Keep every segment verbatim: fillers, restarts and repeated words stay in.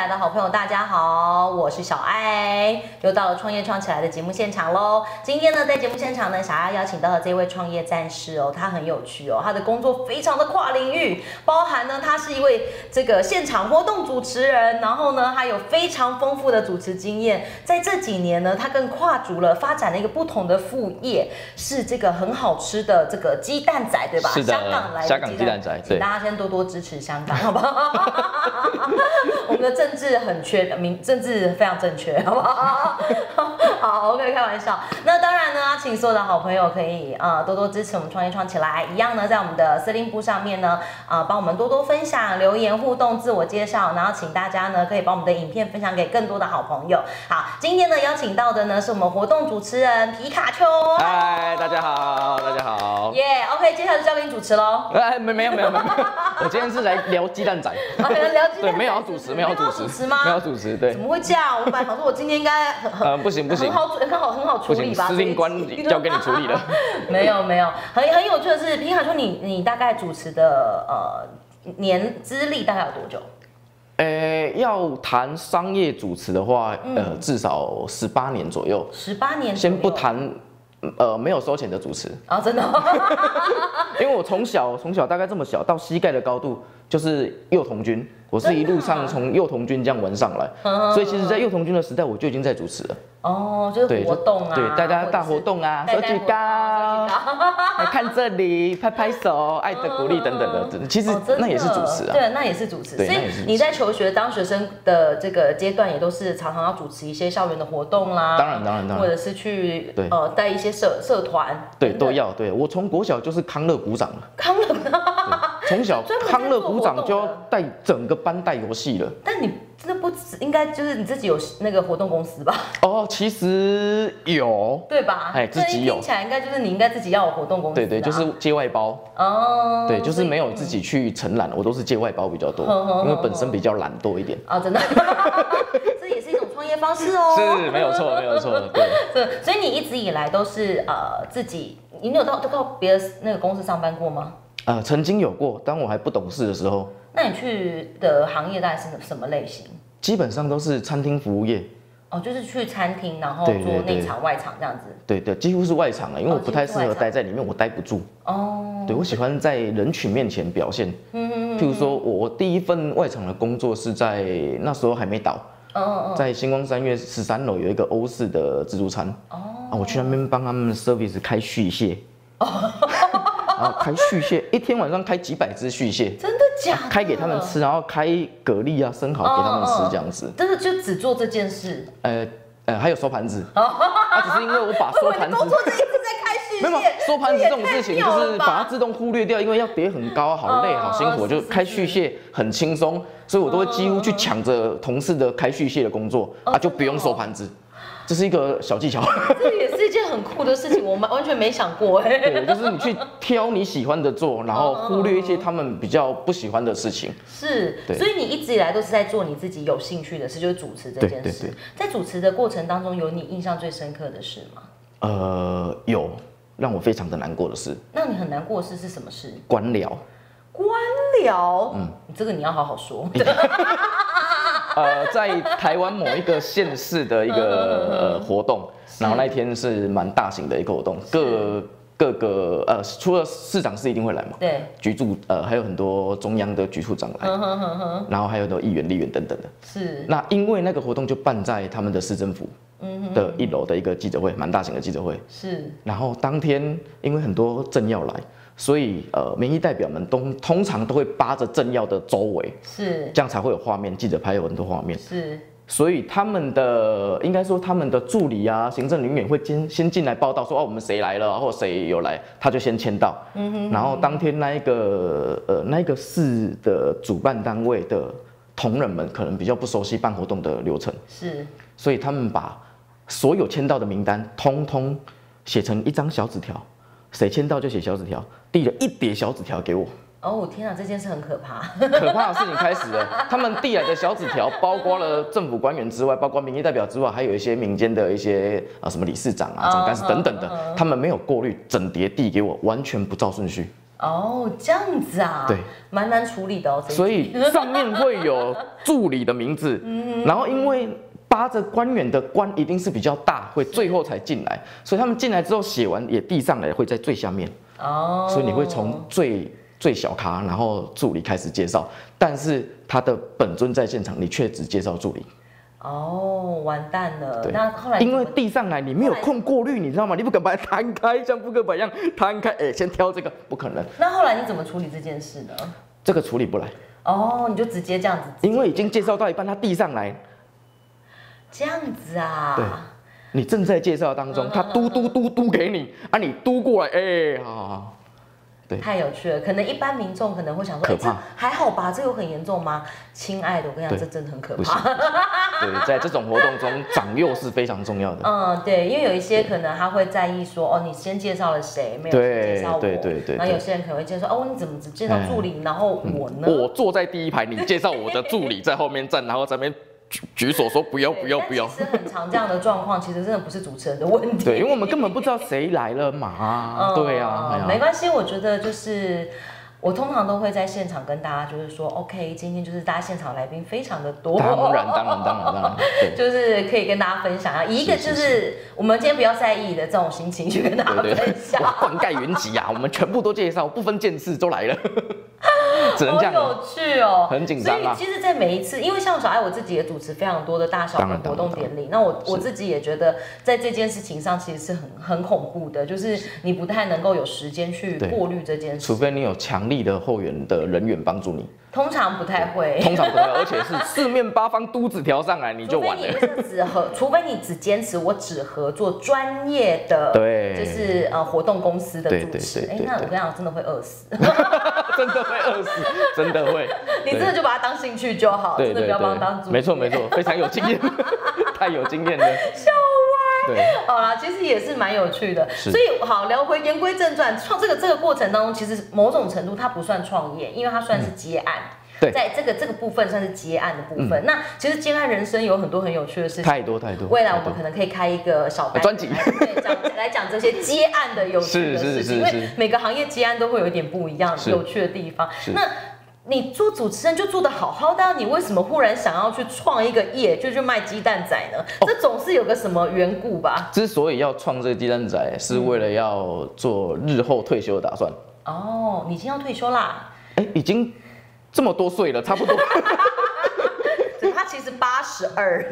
来的好朋友，大家好，我是小爱，又到了创业创起来的节目现场喽。今天呢，在节目现场呢，小爱邀请到了这位创业战士哦，他很有趣哦，他的工作非常的跨领域，包含呢，他是一位这个现场活动主持人，然后呢，他有非常丰富的主持经验。在这几年呢，他更跨足了发展了一个不同的副业，是这个很好吃的这个鸡蛋仔，对吧？ 是的， 香港来的香港鸡蛋仔， 请大家先多多支持香港，好不好？我们的政治很缺，民政治非常正确，好不好？好 ，OK， 开玩笑。那当然呢，请所有的好朋友可以啊、呃、多多支持我们创业创起来，一样呢，在我们的司令部上面呢啊、呃、帮我们多多分享、留言、互动、自我介绍，然后请大家呢可以把我们的影片分享给更多的好朋友。好，今天呢邀请到的呢是我们活动主持人皮卡丘。 嗨，大家好，大家好。 耶、yeah, ，OK， 接下来就交给你主持喽。 哎，没没有没有没有，我今天是来聊鸡蛋仔。 啊，聊鸡蛋仔。 对，没有要主持，没有要主持。 主持吗？ 没有主持，对。 怎么会这样？我本来想说，我今天应该很很呃不行不行， 很好很好很好处理吧？ 司令官交给你处理了。 没有没有，很很有趣的是，皮卡丘你你大概主持的呃年资历大概有多久？ 呃，要谈商业主持的话， 嗯、 呃，至少十八年左右。 十八年。 先不谈。呃，没有收钱的主持啊、哦，真的、哦， 因为我从小从小大概这么小，到膝盖的高度就是幼童军，我是一路上从幼童军这样玩上来，所以其实，在幼童军的时代，我就已经在主持了。 哦，就是活动啊， 对，大家大活动啊，手举高，来看这里，拍拍手，爱的鼓励等等的，其实那也是主持啊。 对，那也是主持。所以你在求学当学生的这个阶段，也都是常常要主持一些校园的活动啦。 当然，当然，当然。 或者是去呃带一些社社团。 对，都要。对，我从国小就是康乐股长了。 康乐。 从小康乐股长就要带整个班带游戏了。 但你这不应该就是你自己有那个活动公司吧？ 哦，其实有， 对吧？ 哎，自己有。 听起来应该就是你应该自己要有活动公司。 对对，就是接外包。哦。对，就是没有自己去承揽，我都是接外包比较多，因为本身比较懒惰一点。 啊，真的。这也是一种创业方式哦。 是，没有错，没有错，对。 对，所以你一直以来都是呃自己，你有到都到别的那个公司上班过吗？ 呃，曾经有过，当我还不懂事的时候。 那你去的行业大概是什么类型？ 基本上都是餐厅服务业。 哦，就是去餐厅，然后做内场、外场这样子。 对对，几乎是外场了，因为我不太适合待在里面，我待不住。哦。对，我喜欢在人群面前表现。嗯嗯。譬如说，我我第一份外场的工作是在那时候还没倒。哦。在星光三月十三楼有一个欧式的自助餐。哦。啊，我去那边帮他们 service 开续蟹。哦。然后开续蟹，一天晚上开几百只续蟹， 真的假的？ 开给他们吃，然后开蛤蜊啊、生蚝给他们吃，这样子。 真的就只做这件事？ 呃呃，还有收盘子。啊，只是因为我把收盘子， 工作就一直在开续蟹。 没有收盘子这种事情，就是把它自动忽略掉，因为要叠很高，好累，好辛苦。我就开续蟹很轻松，所以我都会几乎去抢着同事的开续蟹的工作啊，就不用收盘子。这是一个小技巧， 这也是一件很酷的事情，我们完全没想过哎。 对，就是你去挑你喜欢的做，然后忽略一些他们比较不喜欢的事情。 是，所以你一直以来都是在做你自己有兴趣的事，就是主持这件事。在主持的过程当中，有你印象最深刻的事吗？呃， 有，让我非常的难过的事。 那你很难过的事是什么事？ 官僚。 官僚，嗯，这个你要好好说。 呃，在台湾某一个县市的一个、呃、活动，然后那一天是蛮大型的一个活动，各各个呃，除了市长是一定会来嘛， 对， 局处呃还有很多中央的局处长来，然后还有很多议员、立员等等的。是。那因为那个活动就办在他们的市政府的一楼的一个记者会，蛮大型的记者会。是。然后当天因为很多政要来。所以，呃，民意代表们都通常都会扒着政要的周围，是这样才会有画面，记者拍有很多画面，是。所以他们的应该说他们的助理啊、行政人员会先先进来报道说，哦，我们谁来了，或者谁有来，他就先签到。嗯哼。然后当天那一个呃那一个市的主办单位的同仁们可能比较不熟悉办活动的流程，是。所以他们把所有签到的名单通通写成一张小纸条。谁签到就写小纸条，递了一叠小纸条给我。 哦天啊，这件事很可怕。 可怕的事情开始了，他们递来的小纸条，包括了政府官员之外，包括民意代表之外，还有一些民间的一些啊什么理事长啊、总干事等等的，他们没有过滤，整叠递给我，完全不照顺序。 哦，这样子啊， 对， 蛮难处理的哦。 所以上面会有助理的名字，然后因为扒着官员的官一定是比较大，会最后才进来，所以他们进来之后写完也递上来，会在最下面。哦，所以你会从最最小咖，然后助理开始介绍，但是他的本尊在现场，你却只介绍助理。 哦，完蛋了。那后来因为递上来你没有空过滤，你知道吗？你不可能把它摊开，像扑克牌一样摊开，哎、欸，先挑这个，不可能。 那后来你怎么处理这件事呢？ 这个处理不来。 哦，你就直接这样子。 因为已经介绍到一半，他递上来。 这样子啊？ 对。你正在介绍当中，他嘟嘟嘟嘟给你，啊，你嘟过来，哎、欸，好好好。对， 太有趣了。可能一般民众可能会想说， 可怕， 欸、还好吧？这有很严重吗？亲爱的，我跟你讲，这真的很可怕。 对，在这种活动中，长幼是非常重要的。 嗯，对，因为有一些可能他会在意说，哦，你先介绍了谁，没有介绍我。对对对。然后有些人可能会介绍，哦，你怎么只介绍助理，然后我呢？ 我坐在第一排，你介绍我的助理在后面站，然后在那边。举手说不要不要不要， 其实很常这样的状况，其实真的不是主持人的问题。 对，因为我们根本不知道谁来了嘛。嗯、对啊， 没关系，我觉得就是我通常都会在现场跟大家就是说 ，OK， 今天就是大家现场来宾非常的多， 当然当然当然当然， 就是可以跟大家分享啊，以一个就是我们今天不要在意的这种心情去跟大家分享。 灌溉云集啊，我们全部都介绍，不分县市都来了。只能这样， 好有趣哦， 很紧张啊。 所以其实，在每一次，因为像小爱我自己也主持非常多的大小的活动典礼，那我我自己也觉得，在这件事情上其实是很很恐怖的，就是你不太能够有时间去过滤这件事， 除非你有强力的后援的人员帮助你。 通常不太会， 通常不太会，而且是四面八方嘟纸条上来，你就完了。 除非你只合，除非你只坚持我只合作专业的， 对， 就是呃活动公司的主持。哎，那我跟你讲，真的会饿死， 真的会饿死，真的会。 你真的就把它当兴趣就好，真的不要把它当主持。 没错没错，非常有经验，太有经验了。 笑歪。 对， 好啦，其实也是蛮有趣的。所以好，聊回言归正传，创这个这个过程当中，其实某种程度它不算创业，因为它算是接案。嗯对， 在这个这个部分算是接案的部分。嗯、那其实接案人生有很多很有趣的事情， 太多太多。 未来我们可能可以开一个小专辑， 对，讲来讲这些接案的有趣的事情，因为每个行业接案都会有一点不一样有趣的地方。那你做主持人就做得好好的，你为什么忽然想要去创一个业，就去卖鸡蛋仔呢？哦、这总是有个什么缘故吧？ 之所以要创这个鸡蛋仔，是为了要做日后退休的打算。 哦，你已经要退休啦？ 哎，已经。这么多岁了，差不多。 他其实八十二，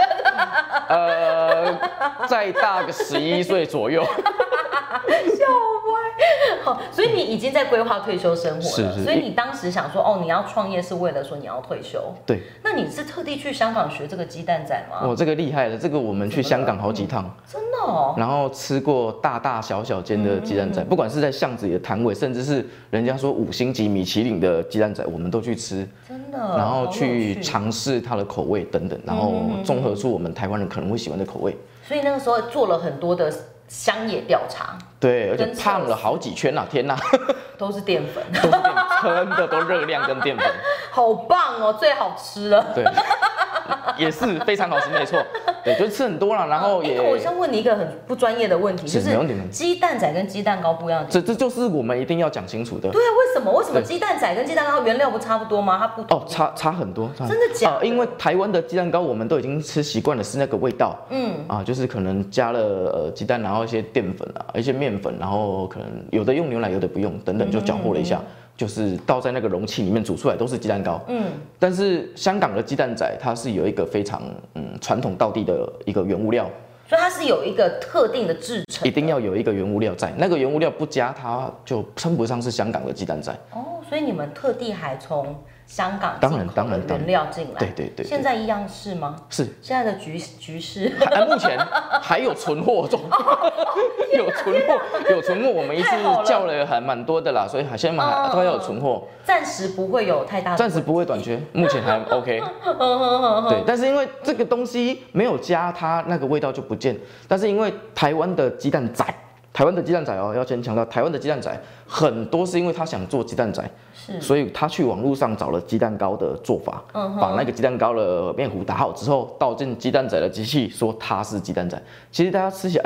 呃，再大个十一岁左右。 笑歪，好，所以你已经在规划退休生活了。 是是。 所以你当时想说，哦，你要创业是为了说你要退休。 对。 那你是特地去香港学这个鸡蛋仔吗？ 哦，这个厉害了，这个我们去香港好几趟。 真的哦。 然后吃过大大小小间的鸡蛋仔，不管是在巷子里的摊位，甚至是人家说五星级米其林的鸡蛋仔，我们都去吃。 真的。 然后去尝试它的口味等等，然后综合出我们台湾人可能会喜欢的口味。 所以那个时候做了很多的乡野调查。 对，而且胖了好几圈啊！天哪， 都是淀粉， 都是淀粉，真的都热量跟淀粉。 好棒哦，最好吃了。 对，也是非常好吃，没错。对，就吃很多了，然后也。 我想问你一个很不专业的问题，就是鸡蛋仔跟鸡蛋糕不一样。 这这就是我们一定要讲清楚的。 对啊，为什么？为什么鸡蛋仔跟鸡蛋糕原料不差不多吗？它不哦，差差很多。 真的假的？ 呃，因为台湾的鸡蛋糕我们都已经吃习惯了，是那个味道。嗯。啊，就是可能加了呃鸡蛋，然后一些淀粉啊，一些面粉，然后可能有的用牛奶，有的不用，等等就搅和了一下。嗯嗯嗯就是倒在那个容器里面煮出来都是鸡蛋糕，嗯，但是香港的鸡蛋仔它是有一个非常嗯传统道地的一个原物料， 所以它是有一个特定的制成， 一定要有一个原物料在，那个原物料不加它就称不上是香港的鸡蛋仔。 哦，所以你们特地还从香港当然当然原料进来， 对对 对, 对， 现在一样是吗？ 是， 现在的局局势， 目前还有存货中，有存货有存货，我们一次叫了还蛮多的啦，所以好像还都要有存货， 暂时不会有太大的， 暂时不会短缺，目前还 OK。对，但是因为这个东西没有加它那个味道就不见，但是因为台湾的鸡蛋仔。台湾的鸡蛋仔哦，要先强调，台湾的鸡蛋仔很多是因为他想做鸡蛋仔，是，所以他去网络上找了鸡蛋糕的做法，嗯，把那个鸡蛋糕的面糊打好之后，倒进鸡蛋仔的机器，说它是鸡蛋仔。其实大家吃起来，哎，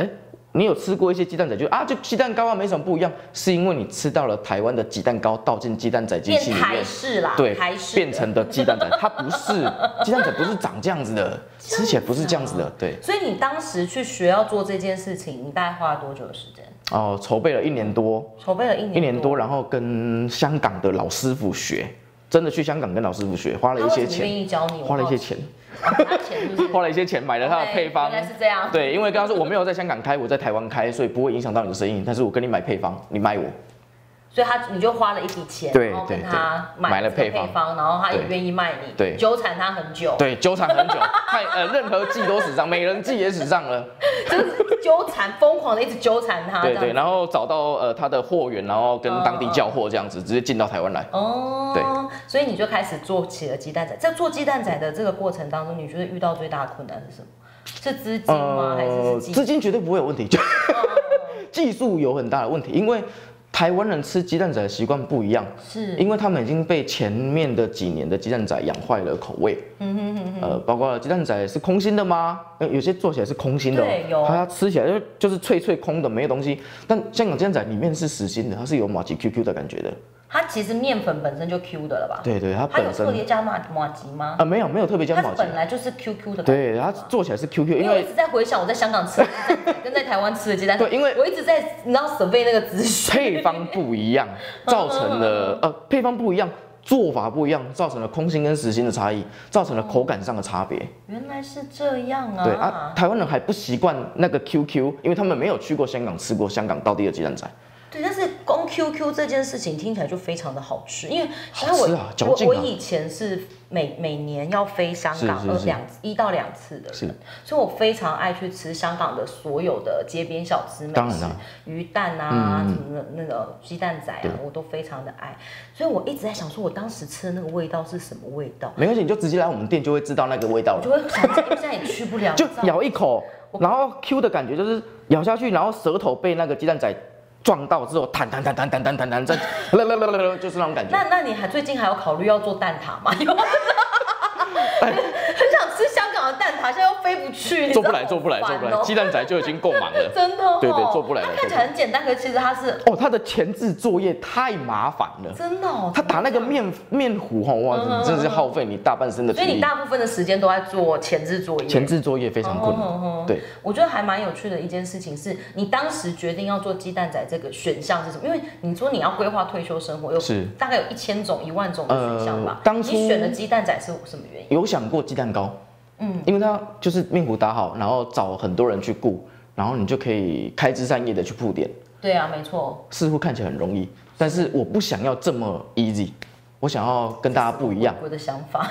你有吃过一些鸡蛋仔，就啊，就鸡蛋糕啊，没什么不一样，是因为你吃到了台湾的鸡蛋糕倒进鸡蛋仔机器里面， 台式啦， 对， 台式变成的鸡蛋仔，它不是鸡蛋仔，不是长这样子的，吃起来不是这样子的，对。 所以你当时去学要做这件事情，你大概花了多久的时间？ 哦，筹备了一年多， 筹备了一年多， 一年多，然后跟香港的老师傅学，真的去香港跟老师傅学，花了一些钱， 愿意教你， 花了一些钱。 哦、 花了一些钱买了他的配方， 原来是这样。 对，因为刚刚说我没有在香港开，我在台湾开，所以不会影响到你的生意。但是我跟你买配方，你买我， 所以他你就花了一笔钱， 对， 然后跟他买了配方，然后他也愿意卖你， 对， 纠缠他很久， 对，纠缠很久，太呃任何季都史上，美人计也史上了， 就是纠缠，疯狂的一直纠缠他， 对对，然后找到呃他的货源，然后跟当地叫货这样子，直接进到台湾来。 哦，对，所以你就开始做起了鸡蛋仔。在做鸡蛋仔的这个过程当中，你觉得遇到最大的困难是什么？是资金吗？还是资金绝对不会有问题，就技术有很大的问题，因为台湾人吃鸡蛋仔的习惯不一样，是因为他们已经被前面的几年的鸡蛋仔养坏了口味。嗯哼哼哼。呃，包括鸡蛋仔是空心的吗？有些做起来是空心的， 对，有。 它吃起来就就是脆脆空的，没有东西。但香港鸡蛋仔里面是实心的，它是有马吉 Q Q 的感觉的。 它其实面粉本身就 Q 的了吧？ 对对，它本身。 它有特别加马马吉吗？ 啊，没有没有特别加马吉。 它本来就是 Q Q 的。 对，它做起来是 Q Q， 因为我一直在回想我在香港吃的鸡蛋仔跟在台湾吃的鸡蛋仔， 对，因为我一直在你知道准备那个资讯。 配方不一样，造成了呃配方不一样。做法不一样，造成了空心跟实心的差异，造成了口感上的差别。 原来是这样啊！ 对啊，台湾人还不习惯那个 Q Q， 因为他们没有去过香港吃过香港道地的鸡蛋仔。 对，但是光 Q Q 这件事情听起来就非常的好吃，因为好吃啊，嚼劲啊！ 我我以前是每每年要飞香港呃两一到两次的人，所以我非常爱去吃香港的所有的街边小吃美食，鱼蛋啊，什么那个鸡蛋仔啊，我都非常的爱。所以我一直在想说，我当时吃的那个味道是什么味道？ 没关系，你就直接来我们店就会知道那个味道了。 我就会想，因为现在也去不了， 就咬一口，然后 Q 的感觉就是咬下去，然后舌头被那个鸡蛋仔撞到之后，弹弹弹弹弹弹弹弹，再就是那种感觉。 那那你还最近还有考虑要做蛋挞吗？有。很想吃香港的蛋挞，现在又飞不去， 做不来，做不来，做不来。鸡蛋仔就已经够忙了， 真的、哦。 对对，做不来了。 它看起来很简单，可是其实它是哦，它的前置作业太麻烦了， 真的、哦。 它打那个面面糊哈，哇，嗯、真的是耗费你大半生的体力。 所以你大部分的时间都在做前置作业。 前置作业非常困难。嗯嗯、对， 我觉得还蛮有趣的一件事情是，你当时决定要做鸡蛋仔这个选项是什么？因为你说你要规划退休生活，有是大概有一千种、一万种的选项吧。呃、 当初你选的鸡蛋仔是什么原因？ 有想过鸡蛋糕。嗯，因为它就是面糊打好，然后找很多人去顾，然后你就可以开枝散叶的去铺点。 对啊，没错。 似乎看起来很容易，但是我不想要这么 easy， 我想要跟大家不一样。 我的想法。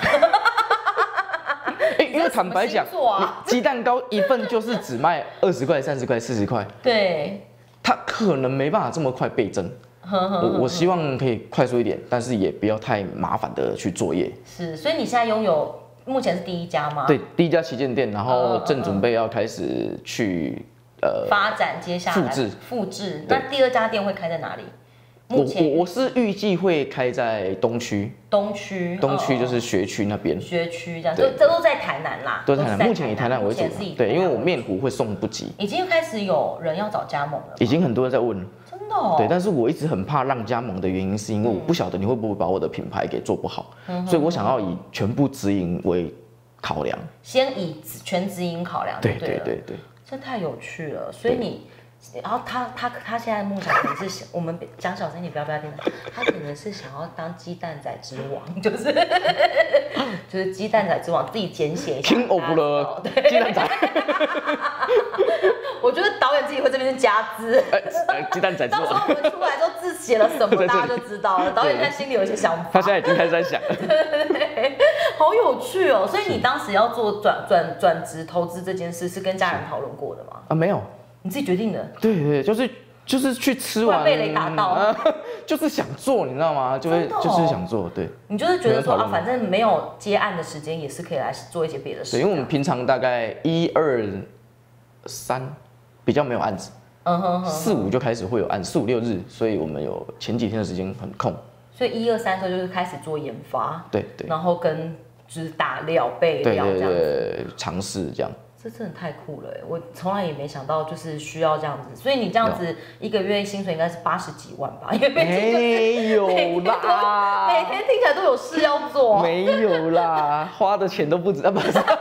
欸、因为坦白讲， 啊、 鸡蛋糕一份就是只卖二十块、三十块、四十块。 对。 它可能没办法这么快倍增。我我希望可以快速一点，但是也不要太麻烦的去作业。 是，所以你现在拥有。目前是第一家吗？ 对，第一家旗舰店，然后正准备要开始去呃发展，接下来复制复制。那第二家店会开在哪里？ 我我我是预计会开在东区。 东区， 东区就是学区那边。 学区这样，这这都在台南啦。 都在台南，目前以台南为主。对，因为我面糊会送不及。 已经开始有人要找加盟了。 已经很多人在问。 哦、 对，但是我一直很怕让加盟的原因，是因为我不晓得你会不会把我的品牌给做不好，嗯、所以我想要以全部直营为考量， 先以全直营考量就对了。对对对对，这太有趣了。所以你，然后他他他现在梦想可能是我们讲小声，你不要不要听他，他可能是想要当鸡蛋仔之王，就是就是鸡蛋仔之王，自己简写一下 King of the 鸡蛋仔。 我觉得导演自己会这边加字， 鸡蛋仔之王。 到时候我们出来之后字写了什么，大家就知道了。导演现在心里有一些想法， 他现在已经开始在想了。 对对对，好有趣哦！所以你当时要做转转转职投资这件事，是跟家人讨论过的吗？ 啊，没有， 你自己决定的。 对对，就是就是去吃完， 被雷打到、啊， 就是想做，你知道吗？就会、哦、就是想做，对。 你就是觉得说啊，反正没有接案的时间，也是可以来做一些别的事。 对，因为我们平常大概一二三。比较没有案子，嗯哼哼，四五就开始会有案，四五六日，所以我们有前几天的时间很空， 所以一二三时候就是开始做研发， 对对， 然后跟就是打料备料这样子， 尝试这样。 这真的太酷了，我从来也没想到就是需要这样子，所以你这样子一个月薪水应该是八十几万吧？因为没有啦， 每天听起来都有事要做。 没有啦，花的钱都不止啊，不是。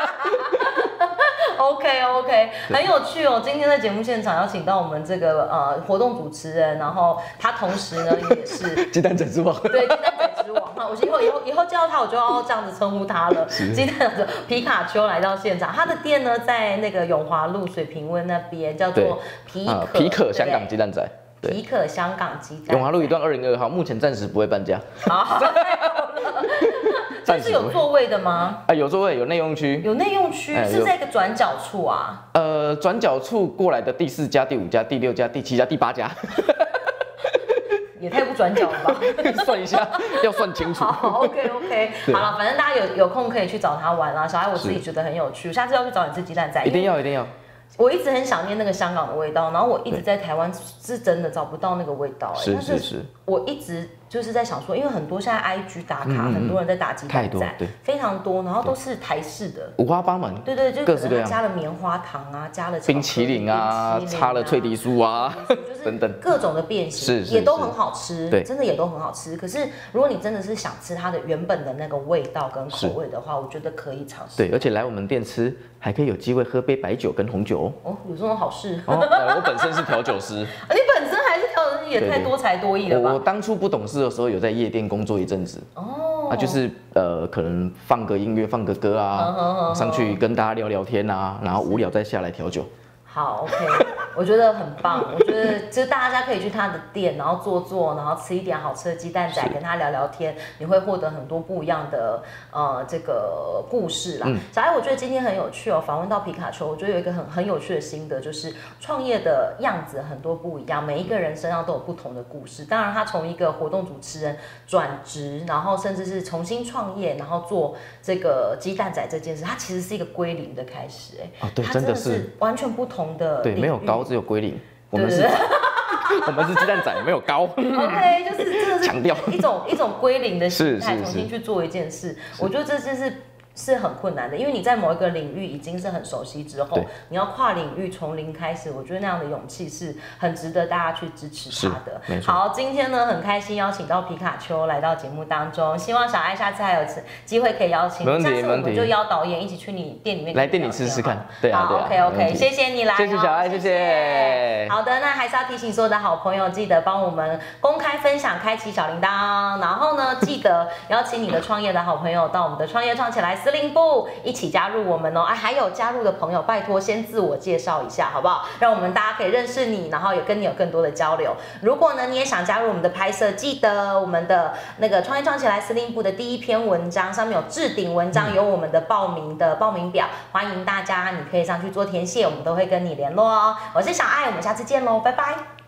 OK OK， 很有趣哦。今天在节目现场邀请到我们这个呃活动主持人，然后他同时呢也是鸡蛋仔之王， 对，鸡蛋仔之王。那我以后以后以后叫他，我就要这样子称呼他了。鸡蛋仔皮卡丘来到现场，他的店呢在那个永华路水平温那边，叫做皮可、 啊、皮可香港鸡蛋仔。 皮可香港鸡蛋仔， 永华路一段二零二号，目前暂时不会搬家。 好，这是有座位的吗？ 啊，有座位，有内用区。 有内用区，是在一个转角处啊。 呃，转角处过来的第四家、第五家、第六家、第七家、第八家。 也太不转角了吧？ 算一下，要算清楚。 好 ，OK OK， 好了，反正大家有有空可以去找他玩啦。小孩我自己觉得很有趣，下次要去找你吃鸡蛋仔。 一定要，一定要。 我一直很想念那个香港的味道，然后我一直在台湾是真的找不到那个味道、欸。 是是是。 我一直就是在想说，因为很多现在 I G 打卡，嗯嗯很多人在打鸡蛋仔，对，非常多，然后都是台式的， 五花八门。 对对，就可能加了棉花糖啊，加了冰淇淋啊，插了脆皮酥啊， 等等各种的变形，也都很好吃，对，真的也都很好吃。可是如果你真的是想吃它的原本的那个味道跟口味的话，我觉得可以尝试。 对，而且来我们店吃，还可以有机会喝杯白酒跟红酒哦。哦，有这种好事。 哦，我本身是调酒师。 你本身还是调酒师，也太多才多艺了吧？ 我当初不懂事的时候，有在夜店工作一阵子。哦。啊，就是呃，可能放个音乐，放个歌啊，上去跟大家聊聊天啊，然后无聊再下来调酒。 好 ，OK， 我觉得很棒。我觉得就是大家可以去他的店，然后坐坐，然后吃一点好吃的鸡蛋仔，跟他聊聊天，你会获得很多不一样的呃这个故事啦。嗯、小艾，我觉得今天很有趣哦，访问到皮卡丘，我觉得有一个很很有趣的心得，就是创业的样子很多不一样，每一个人身上都有不同的故事。当然，他从一个活动主持人转职，然后甚至是重新创业，然后做这个鸡蛋仔这件事，它其实是一个归零的开始、欸。哎、 哦，对，真的是完全不同。 对，没有高，只有归零。我们是，我们是鸡蛋仔，没有高。 OK， 就是真的是强调一种一种归零的心态，重新去做一件事。我觉得这就是是很困难的，因为你在某一个领域已经是很熟悉之后，你要跨领域从零开始，我觉得那样的勇气是很值得大家去支持他的。好，今天呢很开心邀请到皮卡丘来到节目当中，希望小艾下次还有机会可以邀请你，下次我们就邀导演一起去你店里面来店里试试看。对啊， 好 ，OK OK， 谢谢你来， 谢谢小艾，谢谢。 好的，那还是要提醒所有的好朋友，记得帮我们公开分享，开启小铃铛，然后呢，记得邀请你的创业的好朋友到我们的创业创起来司令部一起加入我们哦。哎，还有加入的朋友，拜托先自我介绍一下，好不好？让我们大家可以认识你，然后也跟你有更多的交流。如果呢，你也想加入我们的拍摄，记得我们的那个创业创起来司令部的第一篇文章上面有置顶文章，有我们的报名的报名表，欢迎大家，你可以上去做填写，我们都会跟你联络哦。我是小艾，我们下次见喽，拜拜。